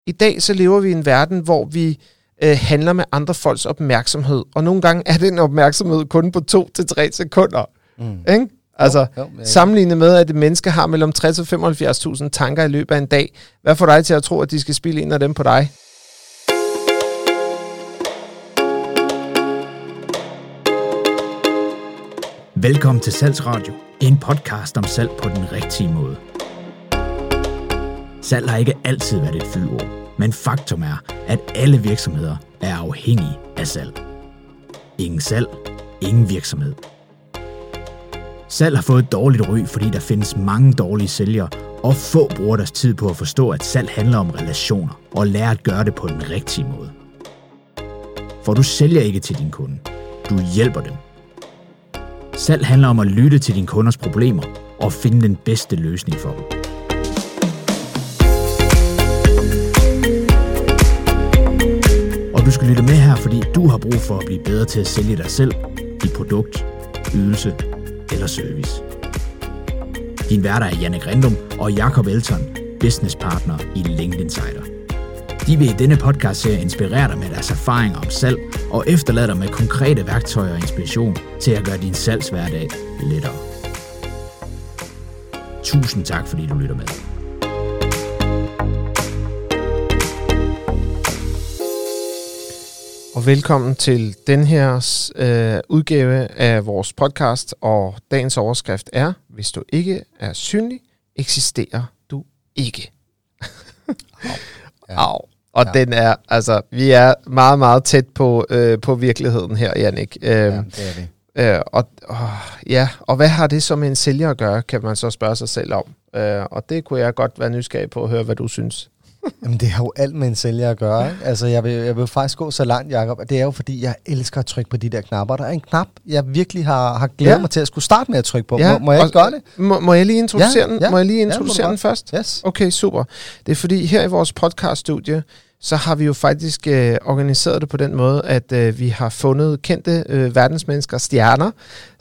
I dag så lever vi i en verden, hvor vi handler med andre folks opmærksomhed. Og nogle gange er den opmærksomhed kun på 2-3 sekunder. Ikke? Altså, sammenlignet med, at et menneske har mellem 60 og 75.000 tanker i løbet af en dag. Hvad får dig til at tro, at de skal spille en af dem på dig? Velkommen til Salgsradio, en podcast om salg på den rigtige måde. Salg har ikke altid været et fyldord, men faktum er, at alle virksomheder er afhængige af salg. Ingen salg, ingen virksomhed. Salg har fået et dårligt ry, fordi der findes mange dårlige sælgere, og få bruger deres tid på at forstå, at salg handler om relationer, og lære at gøre det på den rigtige måde. For du sælger ikke til din kunde, du hjælper dem. Salg handler om at lytte til dine kunders problemer og finde den bedste løsning for dem. Og du skal lytte med her, fordi du har brug for at blive bedre til at sælge dig selv, dit produkt, ydelse eller service. Din værter er Jannik Rindum og Jakob Elton, businesspartner i LinkedIn Insider. De vil i denne podcast-serie inspirere dig med deres erfaringer om salg og efterlade dig med konkrete værktøjer og inspiration til at gøre din salgshverdag lettere. Tusind tak, fordi du lytter med. Og velkommen til den her udgave af vores podcast, og dagens overskrift er: hvis du ikke er synlig, eksisterer du ikke. Au. Og den er, altså, vi er meget, meget tæt på virkeligheden her, Jannik. Ja, det er vi. Og hvad har det så med en sælger at gøre, kan man så spørge sig selv om. Og det kunne jeg godt være nysgerrig på at høre, hvad du synes. Jamen, det har jo alt med en sælger at gøre, ikke? Altså, jeg vil faktisk gå så langt, Jacob, og det er jo fordi, jeg elsker at trykke på de der knapper. Der er en knap, jeg virkelig har glædet mig til at skulle starte med at trykke på. Ja, må jeg ikke gøre det? Må jeg lige introducere den? Må jeg lige introducere den først? Yes. Okay, super. Det er fordi, her i vores podcaststudie, så har vi jo faktisk organiseret det på den måde, at vi har fundet kendte verdensmennesker, stjerner,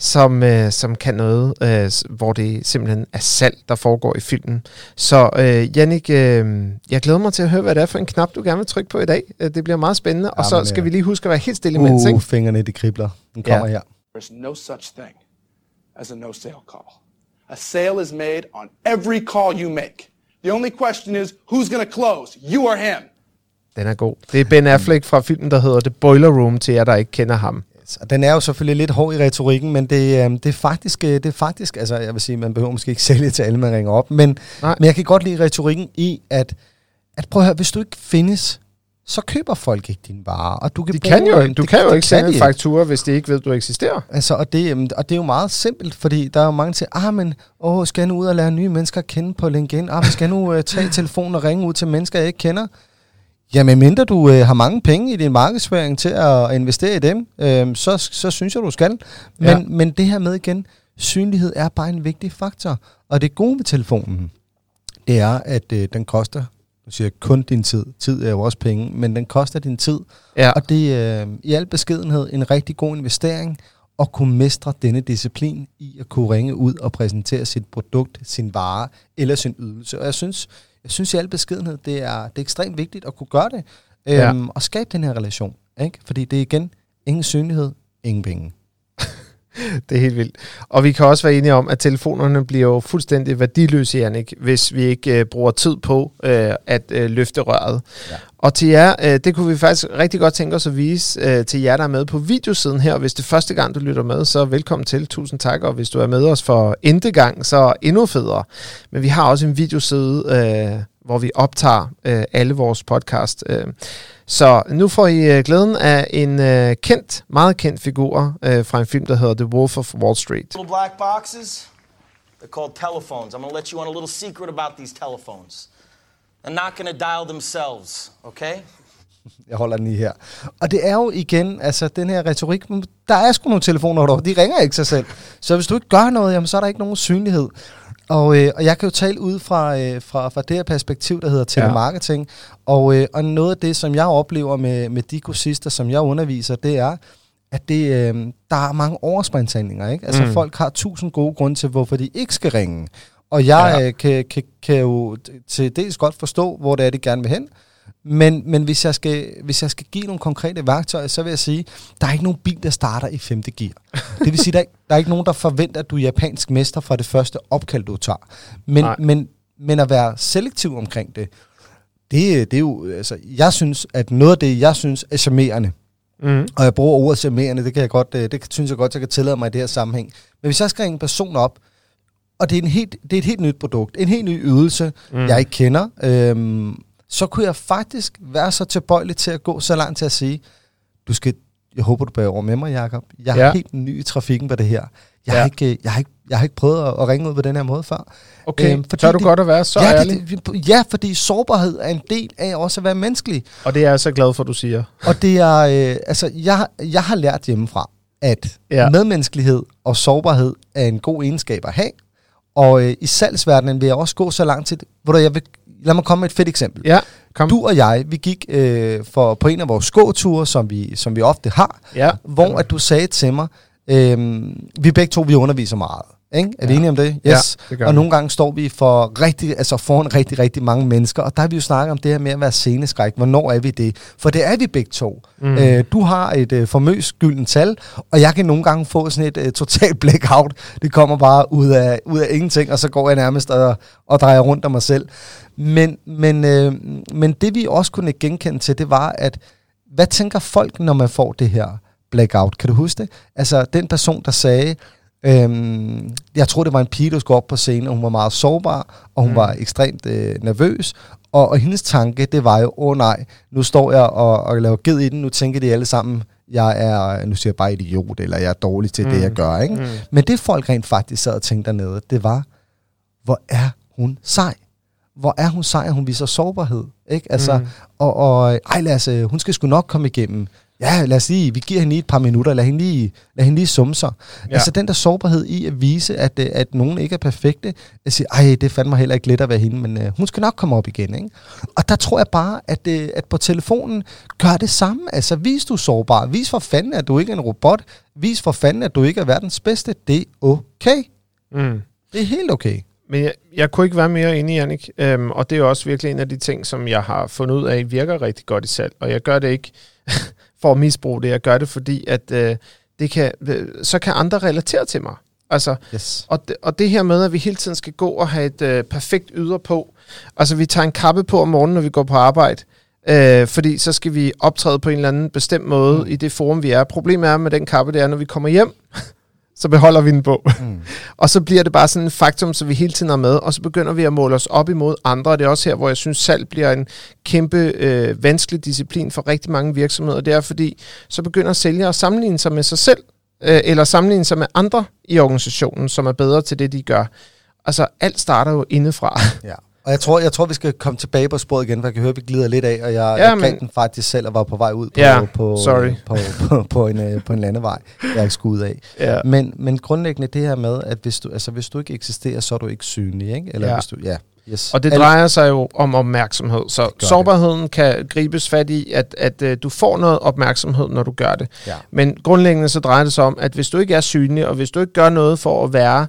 som kan noget, hvor det simpelthen er salg, der foregår i filmen. Så Jannik, jeg glæder mig til at høre, hvad det er for en knap, du gerne vil trykke på i dag. Det bliver meget spændende, og så skal vi lige huske at være helt stille imens, ikke? Fingrene de kribler. Den kommer her. There's no such thing as a no sale call. A sale is made on every call you make. The only question is, who's going to close, you or him? Den er god. Det er Ben Affleck fra filmen, der hedder The Boiler Room, til jer, der ikke kender ham. Og den er jo selvfølgelig lidt hård i retorikken, men det er faktisk, altså jeg vil sige, man behøver måske ikke sælge til alle, man ringer op, men jeg kan godt lide retorikken i, at prøv at høre, hvis du ikke findes, så køber folk ikke dine varer, og du kan jo ikke sende en faktura, hvis de ikke ved, du eksisterer. Altså, og det er jo meget simpelt, fordi der er jo mange til, skal jeg nu ud og lære nye mennesker at kende på LinkedIn? Skal jeg nu tage telefonen og ringe ud til mennesker, jeg ikke kender? Jamen, mindre du har mange penge i din markedsføring til at investere i dem, så synes jeg, du skal. Men det her med igen, synlighed er bare en vigtig faktor. Og det gode med telefonen, det er, at den koster, du siger kun din tid. Tid er jo også penge, men den koster din tid. Ja. Og det er i al beskedenhed en rigtig god investering at kunne mestre denne disciplin i at kunne ringe ud og præsentere sit produkt, sin vare eller sin ydelse. Og jeg synes i al beskedenhed, det er ekstremt vigtigt at kunne gøre det, og skabe den her relation, ikke? Fordi det er igen ingen synlighed, ingen penge. Det er helt vildt. Og vi kan også være enige om, at telefonerne bliver jo fuldstændig værdiløse, Jannik, hvis vi ikke bruger tid på at løfte røret. Ja. Og til jer, det kunne vi faktisk rigtig godt tænke os at vise til jer, der er med på videosiden her. Hvis det er første gang, du lytter med, så velkommen til. Tusind tak. Og hvis du er med os for endte gang, så endnu federe. Men vi har også en videoside, hvor vi optager alle vores podcast. Så nu får I glæden af en meget kendt figur fra en film, der hedder The Wolf of Wall Street. Little black boxes, they're called telephones. I'm going to let you on a little secret about these telephones. They're not going to dial themselves, okay? Jeg holder den lige her. Og det er jo igen, altså den her retorik, der er sgu nogle telefoner, de ringer ikke sig selv. Så hvis du ikke gør noget, jamen, så er der ikke nogen synlighed. Og jeg kan jo tale ud fra det her perspektiv, der hedder telemarketing. Ja. Og noget af det, som jeg oplever med de kursister, som jeg underviser, det er, at der er mange overspringshandlinger, ikke? Altså folk har 1000 gode grunde til, hvorfor de ikke skal ringe. Og jeg kan jo til dels godt forstå, hvor det er, de gerne vil hen. Men hvis jeg skal give nogle konkrete værktøjer, så vil jeg sige, der er ikke nogen bil, der starter i 5. gear. Det vil sige, der er ikke nogen, der forventer, at du er japansk mester fra det første opkald, du tager. Men at være selektiv omkring det er jo, altså, jeg synes, at noget af det, jeg synes er charmerende, og jeg bruger ordet charmerende, det synes jeg godt, jeg kan tillade mig i det her sammenhæng. Men hvis jeg skal ringe en person op, og det er et helt nyt produkt, en helt ny ydelse, jeg ikke kender, så kunne jeg faktisk være så tilbøjelig til at gå så langt til at sige, jeg håber, du bærer over med mig, Jacob. Jeg er helt ny i trafikken på det her. Jeg har ikke prøvet at ringe ud på den her måde før. Okay, tør du godt at være så ærlig? Fordi sårbarhed er en del af også at være menneskelig. Og det er jeg så glad for, du siger. Og det er, jeg har lært hjemmefra, at medmenneskelighed og sårbarhed er en god egenskab at have. Og i salgsverdenen vil jeg også gå så langt til, lad mig komme med et fedt eksempel. Ja, kom. Du og jeg, vi gik på en af vores gåture, som vi ofte har, hvor at du sagde til mig, vi begge to, vi underviser meget. Ikke? Er vi enige om det? Yes. Ja, det og nogle gange står vi foran rigtig, rigtig mange mennesker, og der har vi jo snakket om det her med at være sceneskræk. Hvornår er vi det? For det er vi begge to. Du har et famøst gyldent tal, og jeg kan nogle gange få sådan et totalt blackout. Det kommer bare ud af ingenting, og så går jeg nærmest og drejer rundt om mig selv. Men det vi også kunne genkende til, det var, at hvad tænker folk, når man får det her blackout? Kan du huske det? Altså den person, der sagde, jeg tror det var en pige, der skulle op på scenen, og hun var meget sårbar, og hun var ekstremt nervøs, og hendes tanke, det var jo, nej, nu står jeg og laver ged i den, nu tænker de alle sammen, nu siger jeg bare idiot, eller jeg er dårlig til det, jeg gør, ikke? Men det folk rent faktisk sad og tænkte dernede, det var, hvor er hun sej? Hvor er hun sej, at hun viser sårbarhed, ikke? Altså, hun skal sgu nok komme igennem. Ja, lad os sige, vi giver hende et par minutter, lad hende lige summe sig. Ja. Altså den der sårbarhed i at vise, at nogen ikke er perfekte, at sige, det fandt mig heller ikke let at være hende, men hun skal nok komme op igen, ikke? Og der tror jeg bare, at på telefonen gør det samme. Altså vis du sårbar, vis for fanden, at du ikke er en robot, vis for fanden, at du ikke er verdens bedste, det er okay. Det er helt okay. Men jeg kunne ikke være mere enig, Jannik, og det er også virkelig en af de ting, som jeg har fundet ud af, virker rigtig godt i salg, og jeg gør det ikke for at misbruge det, jeg gør det, fordi at så kan andre relatere til mig. Altså, yes. og det her med, at vi hele tiden skal gå og have et perfekt yder på, altså vi tager en kappe på om morgenen, når vi går på arbejde, fordi så skal vi optræde på en eller anden bestemt måde i det forum, vi er. Problemet er med den kappe, det er, når vi kommer hjem, så beholder vi den på. Og så bliver det bare sådan en faktum, så vi hele tiden er med, og så begynder vi at måle os op imod andre. Det er også her, hvor jeg synes, salg bliver en kæmpe vanskelig disciplin for rigtig mange virksomheder. Det er fordi, så begynder sælgere at sammenligne sig med sig selv, eller sammenligne sig med andre i organisationen, som er bedre til det, de gør. Altså, alt starter jo indefra. Ja. Og jeg tror, vi skal komme tilbage på sporet igen, for jeg kan høre, at vi glider lidt af, og jeg kan den faktisk selv og var på vej ud på en landevej, jeg ikke skulle ud af. Ja. Men grundlæggende det her med, at hvis du ikke eksisterer, så er du ikke synlig, ikke? Eller hvis du, yes. Og det drejer sig jo om opmærksomhed. Så sårbarheden kan gribes fat i, at du får noget opmærksomhed, når du gør det. Ja. Men grundlæggende så drejer det sig om, at hvis du ikke er synlig, og hvis du ikke gør noget for at være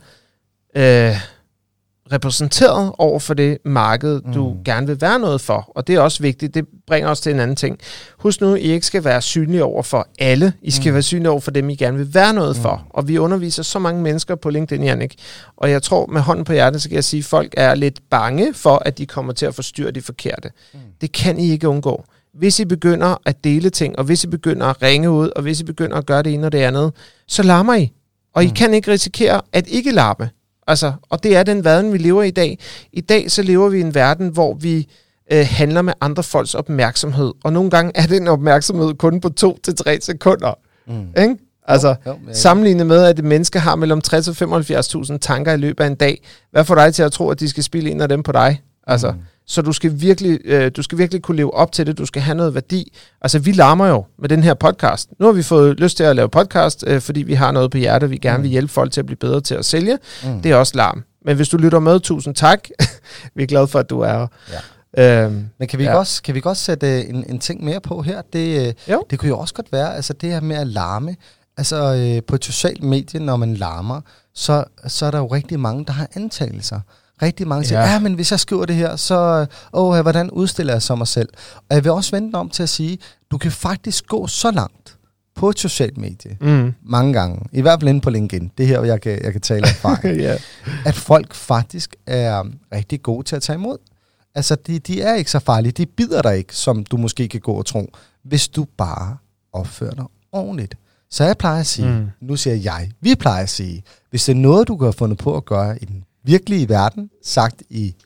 repræsenteret over for det marked, du gerne vil være noget for. Og det er også vigtigt. Det bringer os til en anden ting. Husk nu, I ikke skal være synlige over for alle. I skal være synlige over for dem, I gerne vil være noget for. Og vi underviser så mange mennesker på LinkedIn, Jannik. Og jeg tror, med hånden på hjertet, så kan jeg sige, at folk er lidt bange for, at de kommer til at forstyrre de forkerte. Det kan I ikke undgå. Hvis I begynder at dele ting, og hvis I begynder at ringe ud, og hvis I begynder at gøre det ene og det andet, så larmer I. Og I kan ikke risikere at ikke larme. Altså, og det er den verden, vi lever i dag. I dag så lever vi i en verden, hvor vi handler med andre folks opmærksomhed. Og nogle gange er den opmærksomhed kun på 2-3 sekunder. Ikke? Altså, sammenlignet med, at et menneske har mellem 60 og 75.000 tanker i løbet af en dag. Hvad får dig til at tro, at de skal spille en af dem på dig? Altså, så du skal virkelig kunne leve op til det. Du skal have noget værdi. Altså, vi larmer jo med den her podcast. Nu har vi fået lyst til at lave podcast, fordi vi har noget på hjertet, vi gerne vil hjælpe folk til at blive bedre til at sælge. Det er også larm. Men hvis du lytter med, tusind tak. Vi er glade for, at du er her. Ja. Men kan vi godt sætte en ting mere på her? Det kunne jo også godt være, altså det her med at larme. Altså på et socialt medie, når man larmer, så er der jo rigtig mange, der har antagelser. Rigtig mange siger, men hvis jeg skriver det her, så hvordan udstiller jeg så mig selv? Og jeg vil også vente om til at sige, du kan faktisk gå så langt på et socialt medie, mange gange, i hvert fald inde på LinkedIn, det her, jeg kan tale af erfaring, at folk faktisk er rigtig gode til at tage imod. Altså, de er ikke så farlige, de bider dig ikke, som du måske kan gå og tro, hvis du bare opfører dig ordentligt. Så jeg plejer at sige, nu siger vi plejer at sige, hvis det er noget, du kan have fundet på at gøre i den virkelige verden, sagt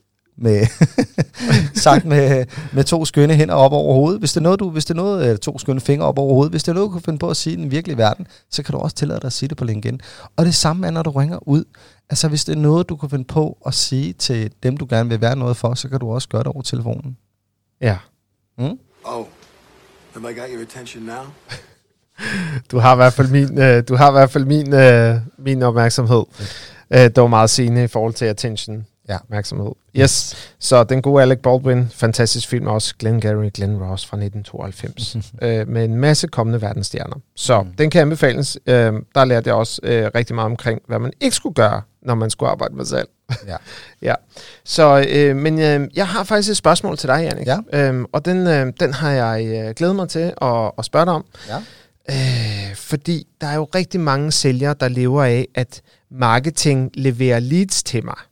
med 2 skønne hænder op over hovedet, hvis det er noget 2 skønne fingre op over hovedet, hvis det er noget, du kan finde på at sige i den virkelige verden, så kan du også tillade dig at sige det på LinkedIn. Og det samme er, når du ringer ud. Altså, hvis det er noget, du kan finde på at sige til dem, du gerne vil være noget for, så kan du også gøre det over telefonen. Ja. Have I got your attention now? Du har i hvert fald min opmærksomhed. Det var meget sigende i forhold til attention. Ja, opmærksomhed. Yes, så den gode Alec Baldwin, fantastisk film også, Glengarry Glen Ross fra 1992, med en masse kommende verdensstjerner. Så den kan anbefales. Der lærte jeg også rigtig meget omkring, hvad man ikke skulle gøre, når man skulle arbejde med salg. Ja. Så, men jeg har faktisk et spørgsmål til dig, Jannik. Ja. Og den har jeg glædet mig til at spørge dig om. Ja. Fordi der er jo rigtig mange sælgere, der lever af, at marketing leverer leads til mig.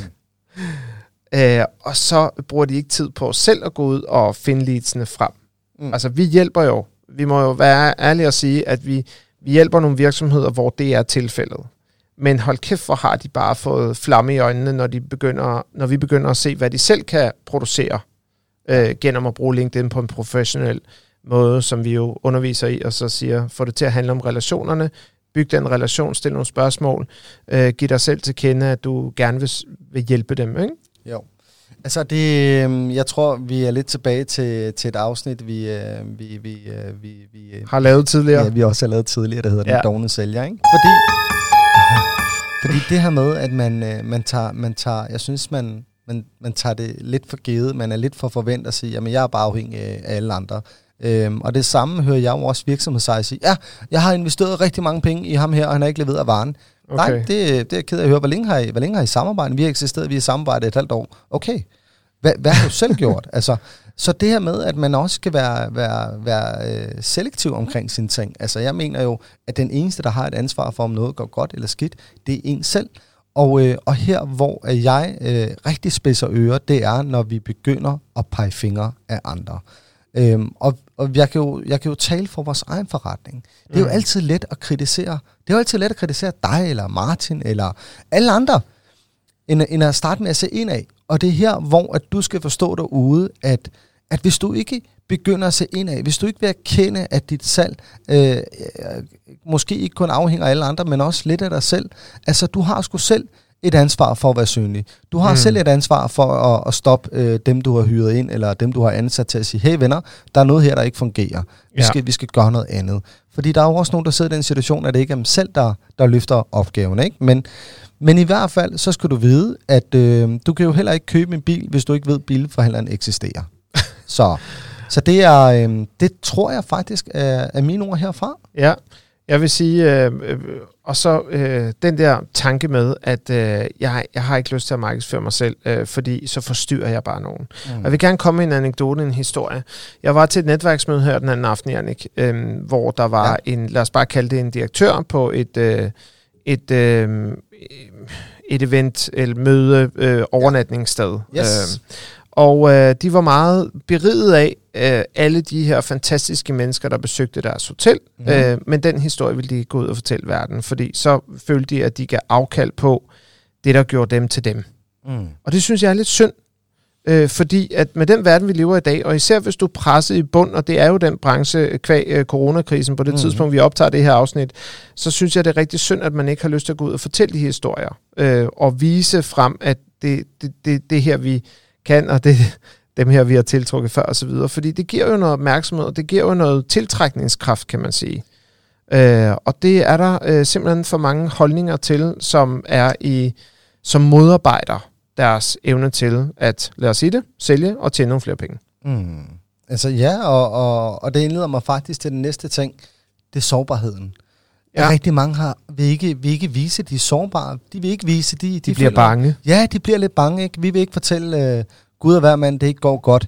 Og så bruger de ikke tid på selv at gå ud og finde leadsene frem. Altså, vi hjælper jo. Vi må jo være ærlige og sige, at vi hjælper nogle virksomheder, hvor det er tilfældet. Men hold kæft, hvor har de bare fået flamme i øjnene, når vi begynder at se, hvad de selv kan producere gennem at bruge LinkedIn på en professionel måde, som vi jo underviser i, og så siger, få det til at handle om relationerne, byg den relation, stil nogle spørgsmål, giv dig selv til kende, at du gerne vil hjælpe dem, ikke? Jo. Altså, jeg tror, vi er lidt tilbage til et afsnit, vi har lavet tidligere. Ja, vi også har lavet tidligere, der hedder Den dovne sælger, ikke? Fordi det her med, at man tager, jeg synes, man tager det lidt for givet, man er lidt for forventet at sige, jamen jeg er bare afhængig af alle andre. Og det samme hører jeg jo også virksomhedsejere sige, ja, jeg har investeret rigtig mange penge i ham her, og han har ikke leveret varen. Okay. Nej, det er ked af at høre. Hvor længe har I samarbejdet? Vi har eksisteret, vi har samarbejdet et halvt år. Okay, hvad har du selv gjort? Altså, så det her med, at man også skal være selektiv omkring sine ting. Altså, jeg mener jo, at den eneste, der har et ansvar for, om noget går godt eller skidt, det er en selv. Og her, hvor jeg rigtig spidser ører, det er, når vi begynder at pege fingre af andre. Og jeg kan jo tale for vores egen forretning. Det er jo altid let at kritisere. Det er jo altid let at kritisere dig, eller Martin, eller alle andre, end at starte med at se indad. Og det er her, hvor at du skal forstå derude, at hvis du ikke begynder at se indad, hvis du ikke vil erkende, at dit salg måske ikke kun afhænger af alle andre, men også lidt af dig selv. Altså, du har sgu selv et ansvar for at være synlig. Du har selv et ansvar for at stoppe dem, du har hyret ind, eller dem, du har ansat til at sige, hey venner, der er noget her, der ikke fungerer. Vi skal gøre noget andet. Fordi der er jo også nogen, der sidder i den situation, at det ikke er dem selv, der løfter opgaven, ikke? Men i hvert fald, så skal du vide, at du kan jo heller ikke købe en bil, hvis du ikke ved, at bilforhandleren eksisterer. Så det tror jeg faktisk er mine ord herfra. Ja, jeg vil sige, og så den der tanke med, at jeg har ikke lyst til at markedsføre mig selv, fordi så forstyrrer jeg bare nogen. Og jeg vil gerne komme med en anekdote, en historie. Jeg var til et netværksmøde her den anden aften, Jannik, hvor der var lad os bare kalde det en direktør på et event, eller møde, overnatningssted. Yes. Og de var meget beriget af alle de her fantastiske mennesker, der besøgte deres hotel. Men den historie ville de gå ud og fortælle verden, fordi så følte de, at de gav afkald på det, der gjorde dem til dem. Og det synes jeg er lidt synd, fordi at med den verden, vi lever i dag, og især hvis du er presset i bund, og det er jo den branche kvæg coronakrisen på det tidspunkt, vi optager det her afsnit, så synes jeg, det er rigtig synd, at man ikke har lyst til at gå ud og fortælle de historier, og vise frem, at det her, vi kan, og det dem her, vi har tiltrukket før, og så videre. Fordi det giver jo noget opmærksomhed, og det giver jo noget tiltrækningskraft, kan man sige. Og det er der simpelthen for mange holdninger til, som modarbejder deres evne til at, lad os sige det, sælge og tjene nogle flere penge. Altså ja, og det indleder mig faktisk til den næste ting. Det er sårbarheden. Ja. Rigtig mange vil ikke vise, de er sårbare. De vil ikke vise, de bliver bange. Ja, de bliver lidt bange. Ikke? Vi vil ikke fortælle Gud og hver mand, det ikke går godt.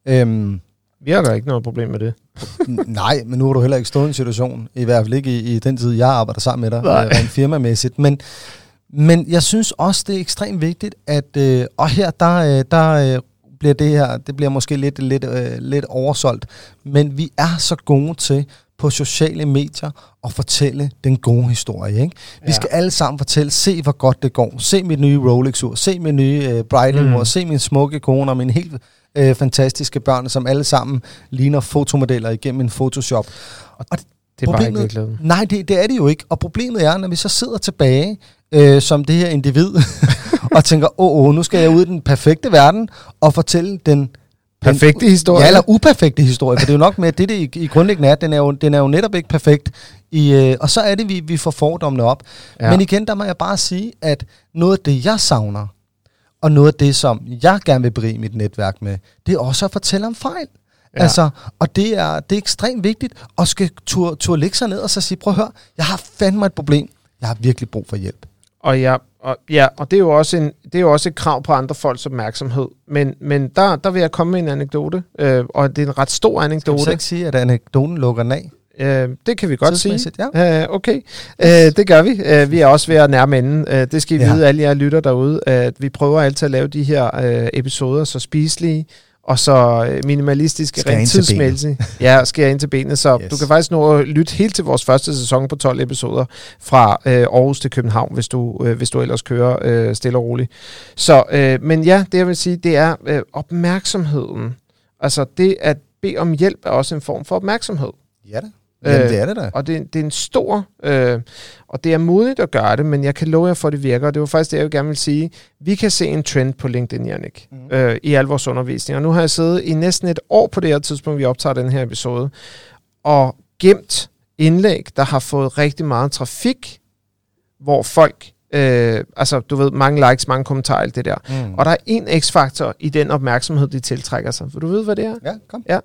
Vi har da ikke noget problem med det. Nej, men nu har du heller ikke stået i en situation, i hvert fald ikke i den tid, jeg arbejder sammen med dig, rent firmamæssigt. Men jeg synes også, det er ekstremt vigtigt, at og her, der bliver det bliver måske lidt oversolgt, men vi er så gode til på sociale medier at fortælle den gode historie. Ikke? Vi skal alle sammen fortælle, se hvor godt det går, se mit nye Rolex-ur, se min nye bridal-ur, se min smukke kone og min helt fantastiske børn, som alle sammen ligner fotomodeller igennem en Photoshop. Og det er bare ikke virkeligheden. Nej, det er det jo ikke. Og problemet er, når vi så sidder tilbage som det her individ, og tænker, nu skal jeg ud i den perfekte verden, og fortælle den perfekte historie. Ja, eller uperfekte historie, for det er jo nok med, at det i grundlæggende er, den er jo netop ikke perfekt. Og så er det, vi får fordommene op. Ja. Men igen, der må jeg bare sige, at noget af det, jeg savner, og noget af det, som jeg gerne vil berige mit netværk med, det er også at fortælle om fejl. Ja. Altså, og det er ekstremt vigtigt, at skal turde lægge sig ned og så sige, prøv at høre, jeg har fandme et problem. Jeg har virkelig brug for hjælp. Og det er jo også et krav på andre folks opmærksomhed. Men der vil jeg komme med en anekdote, og det er en ret stor anekdote. Skal du ikke sige, at anekdoten lukker den af? Det kan vi godt sige. Ja. Okay, det gør vi. Vi er også ved at nærme enden. Det skal I vide, alle jer lytter derude, at vi prøver altid at lave de her episoder så spiselige, og så minimalistiske rent tidsmæssigt. Ja, skære ind til benet. Så du kan faktisk nå at lytte helt til vores første sæson på 12 episoder fra Aarhus til København, hvis du ellers kører stille og roligt. Så, men ja, det jeg vil sige, det er opmærksomheden. Altså det at bede om hjælp er også en form for opmærksomhed. Ja da. Jamen, det er det da. Og det er en stor, og det er modigt at gøre det, men jeg kan love jer for, at det virker. Og det var faktisk det, jeg gerne vil sige. Vi kan se en trend på LinkedIn, Jannik, i al vores undervisning. Og nu har jeg siddet i næsten et år på det her tidspunkt, vi optager den her episode, og gemt indlæg, der har fået rigtig meget trafik, hvor folk, altså du ved, mange likes, mange kommentarer, alt det der. Og der er en x-faktor i den opmærksomhed, de tiltrækker sig. Vil du vide, hvad det er? Ja, kom. Ja.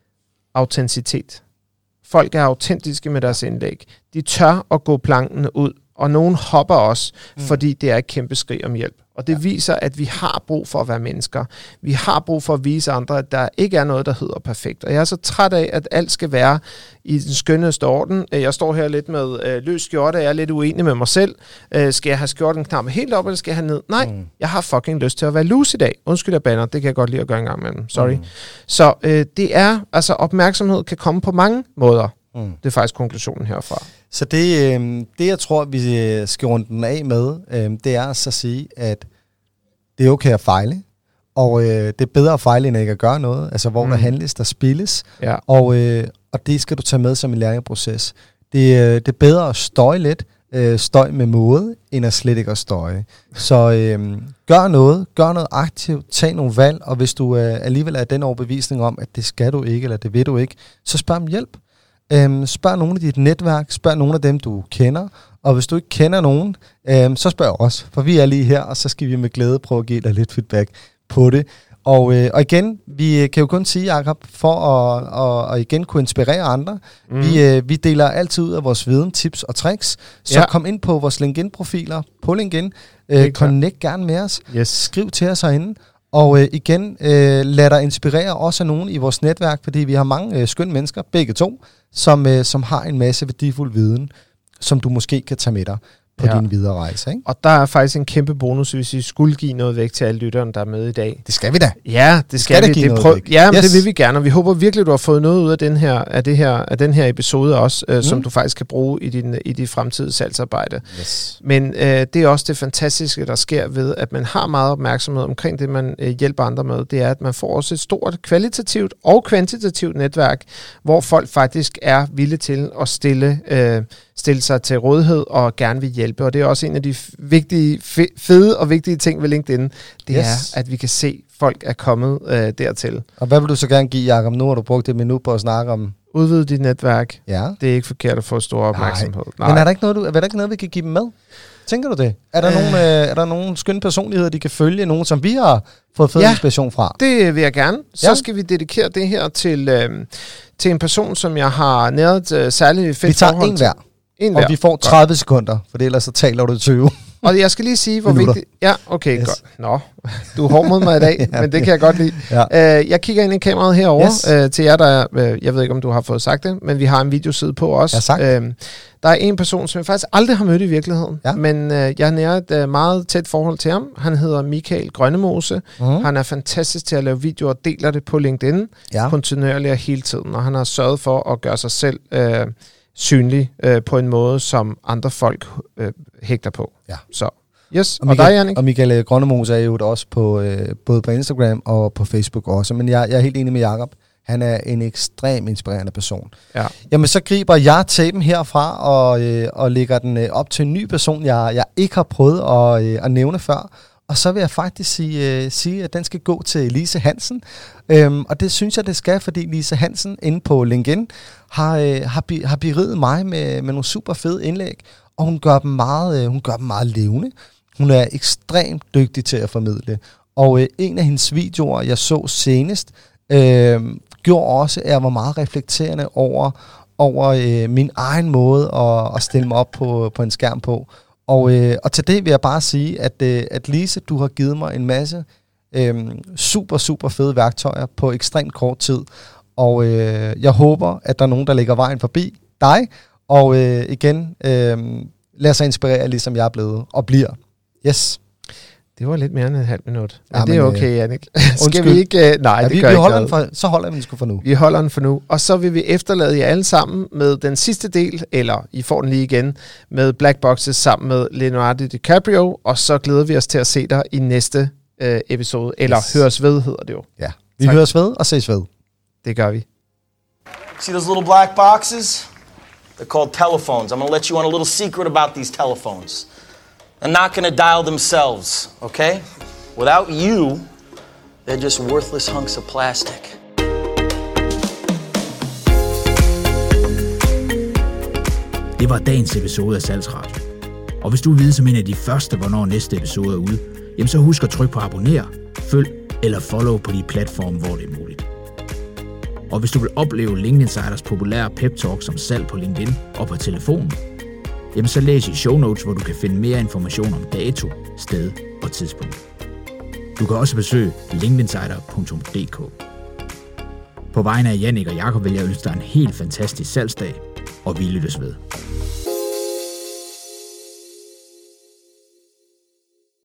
Autenticitet. Folk er autentiske med deres indlæg. De tør at gå planken ud, og nogen hopper også, fordi det er et kæmpe skrig om hjælp. Og det viser, at vi har brug for at være mennesker. Vi har brug for at vise andre, at der ikke er noget, der hedder perfekt. Og jeg er så træt af, at alt skal være i den skønneste orden. Jeg står her lidt med løs skjorte, jeg er lidt uenig med mig selv. Skal jeg have skjorten knap helt op, eller skal jeg have ned? Nej, jeg har fucking lyst til at være loose i dag. Undskyld, jeg bander, det kan jeg godt lide at gøre en gang imellem. Sorry. Så det er, altså opmærksomhed kan komme på mange måder. Det er faktisk konklusionen herfra. Så det jeg tror, vi skal runde den af med, det er så at sige, at det er okay at fejle, og det er bedre at fejle, end ikke at gøre noget. Altså, hvor der handles, der spilles, og det skal du tage med som en læringsproces. Det er bedre at støje lidt, støj med måde, end at slet ikke at støje. Så gør noget aktivt, tag nogle valg, og hvis du alligevel er den overbevisning om, at det skal du ikke, eller det vil du ikke, så spørg om hjælp. Spørg nogen af dit netværk, spørg nogen af dem, du kender, og hvis du ikke kender nogen, så spørg os, for vi er lige her, og så skal vi med glæde prøve at give dig lidt feedback på det. Og igen, vi kan jo kun sige, Jacob, for at igen kunne inspirere andre, vi deler altid ud af vores viden, tips og tricks, så kom ind på vores LinkedIn-profiler på LinkedIn, connect gerne med os, skriv til os herinde, og igen, lad dig inspirere også af nogen i vores netværk, fordi vi har mange skønne mennesker, begge to, som har en masse værdifuld viden, som du måske kan tage med dig på din videre rejse. Ikke? Og der er faktisk en kæmpe bonus, hvis vi skulle give noget væk til alle lytterne, der er med i dag. Det skal vi da. Ja, det skal vi. Det vil vi gerne, og vi håber virkelig, du har fået noget ud af den her episode også, som du faktisk kan bruge i dit fremtidige salgsarbejde. Yes. Men det er også det fantastiske, der sker ved, at man har meget opmærksomhed omkring det, man hjælper andre med. Det er, at man får også et stort kvalitativt og kvantitativt netværk, hvor folk faktisk er villige til at stille sig til rådighed og gerne vil hjælpe. Og det er også en af de vigtige, fede og vigtige ting ved LinkedIn, det er, at vi kan se, at folk er kommet dertil. Og hvad vil du så gerne give, Jacob? Nu har du brugt et minut på at snakke om... Udvide dit netværk. Ja. Det er ikke forkert at få stor opmærksomhed. Nej. Men er der ikke noget, vi kan give dem med? Tænker du det? Er der nogle skønne personligheder, de kan følge? Nogen, som vi har fået fed inspiration fra? Det vil jeg gerne. Så skal vi dedikere det her til en person, som jeg har næret særligt fedt forhold til. Vi tager en hver. En Og hver. vi får 30 sekunder, for ellers så taler du 20. Og jeg skal lige sige, hvor Minutter. vigtigt... Ja, okay, Yes. godt. Nå, du er hård mod mig i dag, Ja, men det kan jeg godt lide. Ja. Jeg kigger ind i kameraet herovre Yes. til jer, der... jeg ved ikke, om du har fået sagt det, men vi har en videoside på os. Ja, sagt. Der er en person, som jeg faktisk aldrig har mødt i virkeligheden, Ja. men jeg har næret et meget tæt forhold til ham. Han hedder Michael Grønnemose. Han er fantastisk til at lave videoer og deler det på LinkedIn Ja. kontinuerligt og hele tiden, og han har sørget for at gøre sig selv synlig på en måde, som andre folk hægter på. Ja. Så, yes. Og dig, Jannik? Og Michael Grønnemose er jo også på, både på Instagram og på Facebook også. Men jeg er helt enig med Jakob. Han er en ekstrem inspirerende person. Ja. Jamen, så griber jeg tapen herfra og lægger den op til en ny person, jeg ikke har prøvet at nævne før. Og så vil jeg faktisk sige, at den skal gå til Lise Hansen. Og det synes jeg, det skal, fordi Lise Hansen inde på LinkedIn har beriget mig med nogle super fede indlæg. Og hun gør dem meget levende. Hun er ekstremt dygtig til at formidle. Og en af hendes videoer, jeg så senest, gjorde også, at jeg var meget reflekterende over min egen måde at stille mig op på en skærm på. Og til det vil jeg bare sige, at Lise, du har givet mig en masse super, super fede værktøjer på ekstremt kort tid. Og jeg håber, at der er nogen, der lægger vejen forbi dig. Og igen, lad sig inspirere, ligesom jeg er blevet og bliver. Yes. Det var lidt mere end et halvt minut. Men Ja, det er men, okay, Jannik. Skal undskyld. vi ikke... nej, Ja, det vi gør holder ikke så holder vi den sgu for nu. Vi holder den for nu. Og så vil vi efterlade jer alle sammen med den sidste del, eller I får den lige igen, med Black Boxes sammen med Leonardo DiCaprio. Og så glæder vi os til at se dig i næste episode. Eller høres ved, hedder det jo. Ja. Vi Tak. høres ved og ses ved. Det gør vi. See those little black boxes? They're called telephones. I'm going to let you on a little secret about these telephones. They're not going to dial themselves, okay? Without you, they're just worthless hunks of plastic. Det var dagens episode af Salgsradio. Og hvis du vil vide som en af de første, hvornår næste episode er ude, jamen så husk at trykke på abonner, følg eller follow på de platforme, hvor det er muligt. Og hvis du vil opleve LinkedIn Insiders populære pep talk om salg på LinkedIn og på telefonen, jamen så læs i show notes, hvor du kan finde mere information om dato, sted og tidspunkt. Du kan også besøge linkedinsider.dk. På vegne af Jannik og Jakob vil jeg ønske dig en helt fantastisk salgsdag, og vi lyttes ved.